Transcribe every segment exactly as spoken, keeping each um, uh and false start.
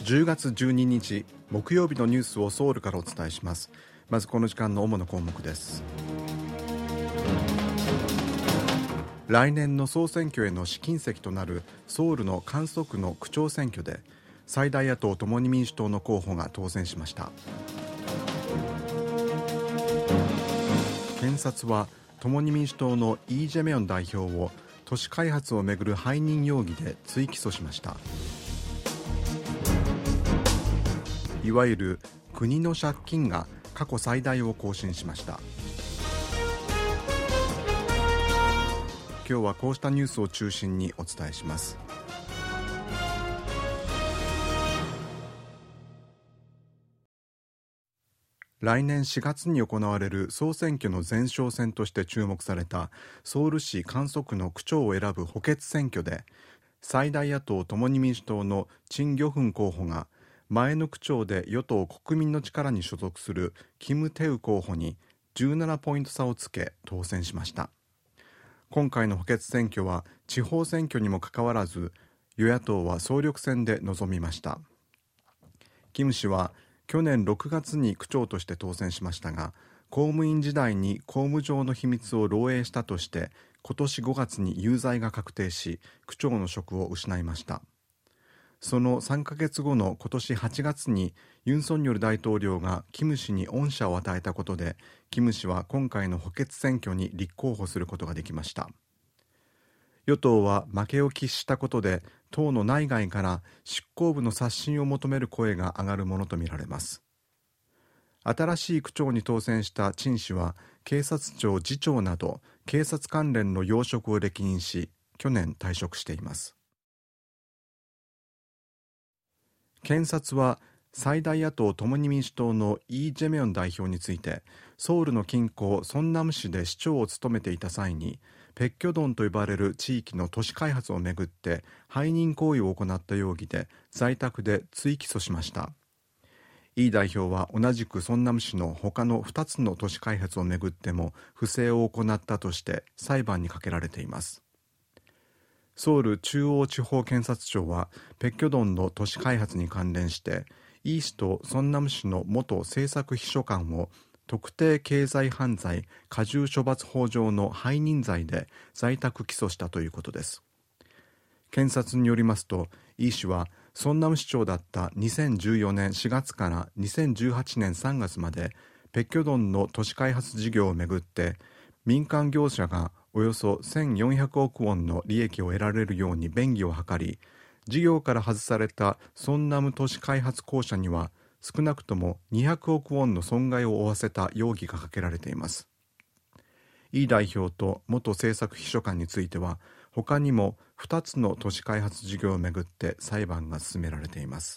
じゅうがつじゅうににち木曜日のニュースをソウルからお伝えします。まずこの時間の主な項目です。来年の総選挙への試金石となるソウルの関西区の区長選挙で最大野党共に民主党の候補が当選しました。検察は共に民主党のイ・ジェミョン代表を都市開発をめぐる背任容疑で追起訴しました。いわゆる国の借金が過去最大を更新しました。今日はこうしたニュースを中心にお伝えします。来年しがつに行われる総選挙の前哨戦として注目されたソウル市関西区の区長を選ぶ補欠選挙で、最大野党共に民主党のチン・ギョフン候補が前の区長で与党国民の力に所属するキム・テウ候補にじゅうななポイント差をつけ当選しました。今回の補欠選挙は地方選挙にもかかわらず与野党は総力戦で臨みました。キム氏は去年ろくがつに区長として当選しましたが、公務員時代に公務上の秘密を漏洩したとして今年ごがつに有罪が確定し、区長の職を失いました。そのさんかげつごの今年はちがつにユン・ソンニョル大統領がキム氏に恩赦を与えたことで、キム氏は今回の補欠選挙に立候補することができました。与党は負けを喫したことで党の内外から執行部の刷新を求める声が上がるものとみられます。新しい区長に当選したチン氏は警察庁次長など警察関連の要職を歴任し、去年退職しています。検察は最大野党共に民主党のイ・ジェミョン代表について、ソウルの近郊ソンナム市で市長を務めていた際にペッキョドンと呼ばれる地域の都市開発をめぐって背任行為を行った容疑で在宅で追起訴しました。イ代表は同じくソンナム市の他のふたつの都市開発をめぐっても不正を行ったとして裁判にかけられています。ソウル中央地方検察庁はペッキョドンの都市開発に関連してイ氏とソンナム市の元政策秘書官を特定経済犯罪加重処罰法上の背任罪で在宅起訴したということです。検察によりますと、イ氏はソンナム市長だったにせんじゅうよねんしがつからにせんじゅうはちねんさんがつまでペッキョドンの都市開発事業をめぐって民間業者がおよそせんよんひゃくおくウォンの利益を得られるように便宜を図り、事業から外されたソンナム都市開発公社には少なくともにひゃくおくウォンの損害を負わせた容疑がかけられています。イ代表と元政策秘書官については他にもふたつの都市開発事業をめぐって裁判が進められています。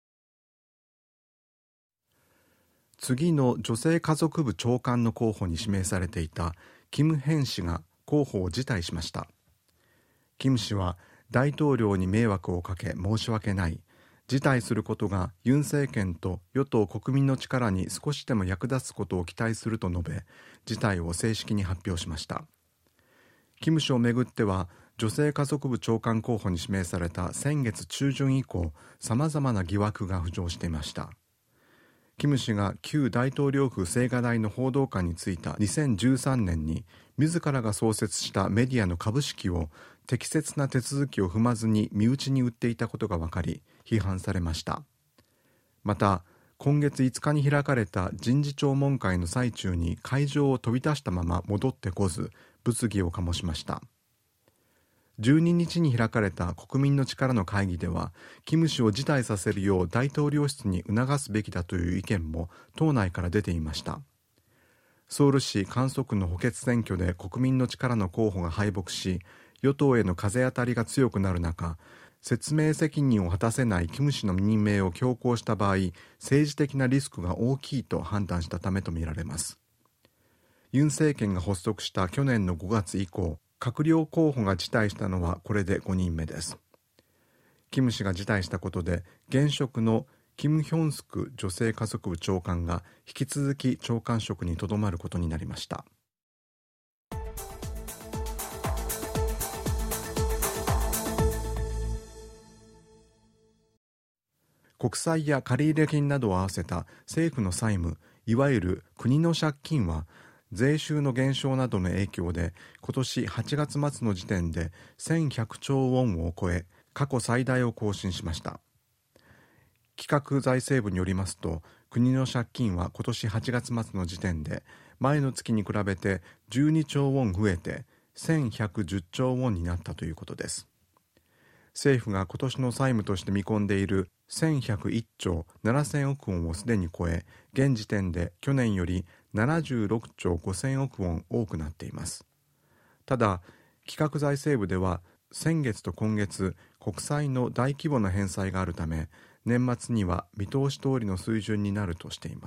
次の女性家族部長官の候補に指名されていたキム・ヘン氏が候補を辞退しました。キム氏は大統領に迷惑をかけ申し訳ない、辞退することがユン政権と与党国民の力に少しでも役立つことを期待すると述べ、辞退を正式に発表しました。キム氏をめぐっては女性家族部長官候補に指名された先月中旬以降、さまざまな疑惑が浮上していました。キム氏が旧大統領府青瓦台の報道官に就いたにせんじゅうさんねんに自らが創設したメディアの株式を適切な手続きを踏まずに身内に売っていたことが分かり批判されました。また今月いつかに開かれた人事聴聞会の最中に会場を飛び出したまま戻ってこず物議を醸しました。じゅうににちに開かれた国民の力の会議ではキム氏を辞退させるよう大統領室に促すべきだという意見も党内から出ていました。ソウル市関西区の補欠選挙で国民の力の候補が敗北し、与党への風当たりが強くなる中、説明責任を果たせないキム氏の任命を強行した場合、政治的なリスクが大きいと判断したためとみられます。ユン政権が発足した去年のごがつ以降、閣僚候補が辞退したのはこれでごにんめです。キム氏が辞退したことで現職のキム・ヒョンスク女性家族部長官が引き続き長官職にとどまることになりました。 国債や借入金などを合わせた政府の債務、いわゆる国の借金は税収の減少などの影響で今年はちがつ末の時点でせんひゃくちょうウォンを超え、過去最大を更新しました。企画財政部によりますと、国の借金は今年はちがつ末の時点で前の月に比べてじゅうにちょうウォン増えてせんひゃくじゅっちょうウォンになったということです。政府が今年の債務として見込んでいるせんひゃくいっちょうななせんおくウォンをすでに超え、現時点で去年よりななじゅうろくちょうごせんおくウォン多くなっています。ただ、企画財政部では先月と今月、国債の大規模な返済があるため、年末には見通し通りの水準になるとしています。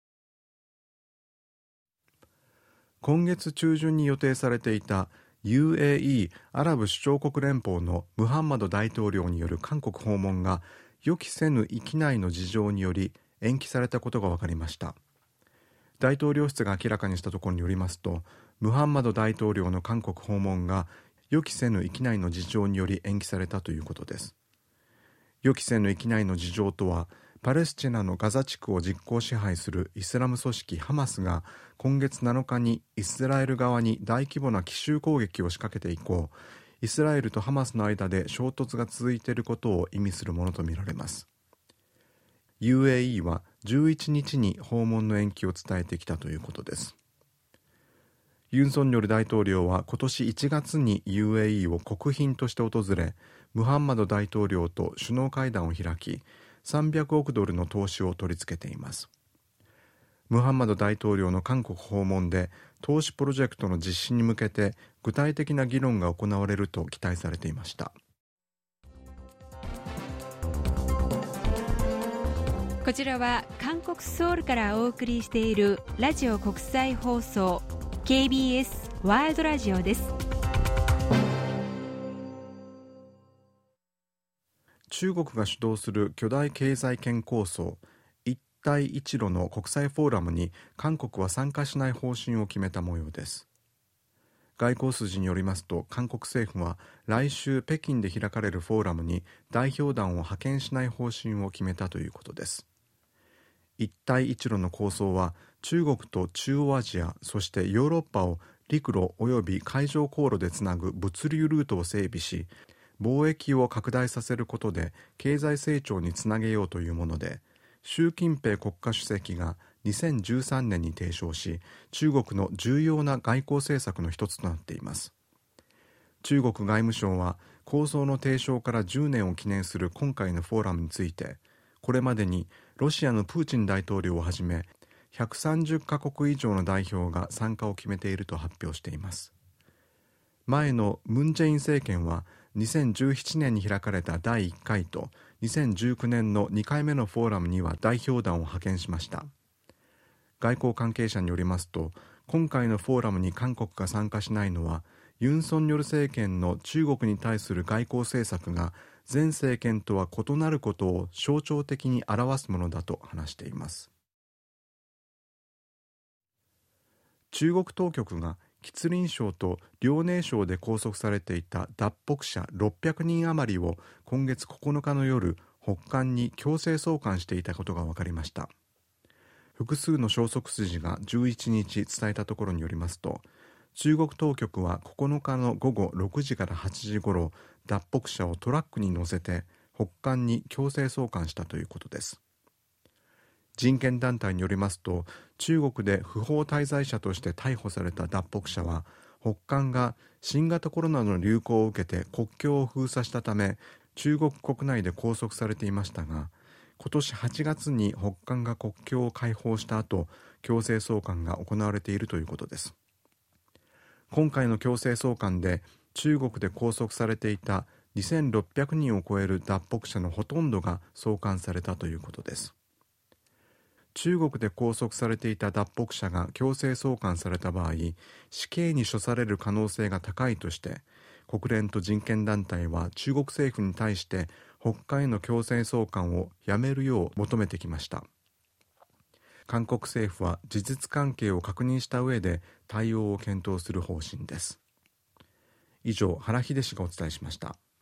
今月中旬に予定されていた ユーエーイー アラブ首長国連邦のムハンマド大統領による韓国訪問が予期せぬ域内の事情により延期されたことが分かりました。大統領室が明らかにしたところによりますと、ムハンマド大統領の韓国訪問が予期せぬ域内の事情により延期されたということです。予期せぬ域内の事情とは、パレスチナのガザ地区を実効支配するイスラム組織ハマスが今月なのかにイスラエル側に大規模な奇襲攻撃を仕掛けて以降、イスラエルとハマスの間で衝突が続いていることを意味するものとみられます。ユーエーイー はじゅういちにちに訪問の延期を伝えてきたということです。ユン・ソンニョル大統領は今年いちがつに ユーエーイー を国賓として訪れ、ムハンマド大統領と首脳会談を開き、さんびゃくおくドルの投資を取り付けています。ムハンマド大統領の韓国訪問で投資プロジェクトの実施に向けて具体的な議論が行われると期待されていました。 こちらは韓国ソウルからお送りしているラジオ国際放送 ケービーエス ワールドラジオです。 中国が主導する巨大経済圏構想一帯一路の国際フォーラムに韓国は参加しない方針を決めた模様です。外交筋によりますと、韓国政府は来週北京で開かれるフォーラムに代表団を派遣しない方針を決めたということです。一帯一路の構想は中国と中央アジア、そしてヨーロッパを陸路および海上航路でつなぐ物流ルートを整備し、貿易を拡大させることで経済成長につなげようというもので、習近平国家主席がにせんじゅうさんねんに提唱し、中国の重要な外交政策の一つとなっています。中国外務省は構想の提唱からじゅうねんを記念する今回のフォーラムについて、これまでにロシアのプーチン大統領をはじめひゃくさんじゅっかこく以上の代表が参加を決めていると発表しています。前のムン・ジェイン政権はにせんじゅうななねんに開かれただいいっかいとにせんじゅうきゅうねんのにかいめのフォーラムには代表団を派遣しました。外交関係者によりますと、今回のフォーラムに韓国が参加しないのは、ユン・ソンニョル政権の中国に対する外交政策が前政権とは異なることを象徴的に表すものだと話しています。中国当局が吉林省と遼寧省で拘束されていた脱北者ろっぴゃくにん余りを今月ここのかの夜、北韓に強制送還していたことが分かりました。複数の消息筋がじゅういちにち伝えたところによりますと、中国当局はここのかのごごろくじからはちじごろ、脱北者をトラックに乗せて北韓に強制送還したということです。人権団体によりますと、中国で不法滞在者として逮捕された脱北者は、北韓が新型コロナの流行を受けて国境を封鎖したため中国国内で拘束されていましたが、今年はちがつに北韓が国境を開放した後、強制送還が行われているということです。今回の強制送還で中国で拘束されていたにせんろっぴゃくにんを超える脱北者のほとんどが送還されたということです。中国で拘束されていた脱北者が強制送還された場合、死刑に処される可能性が高いとして、国連と人権団体は中国政府に対して北韓への強制送還をやめるよう求めてきました。韓国政府は事実関係を確認した上で対応を検討する方針です。以上、原秀氏がお伝えしました。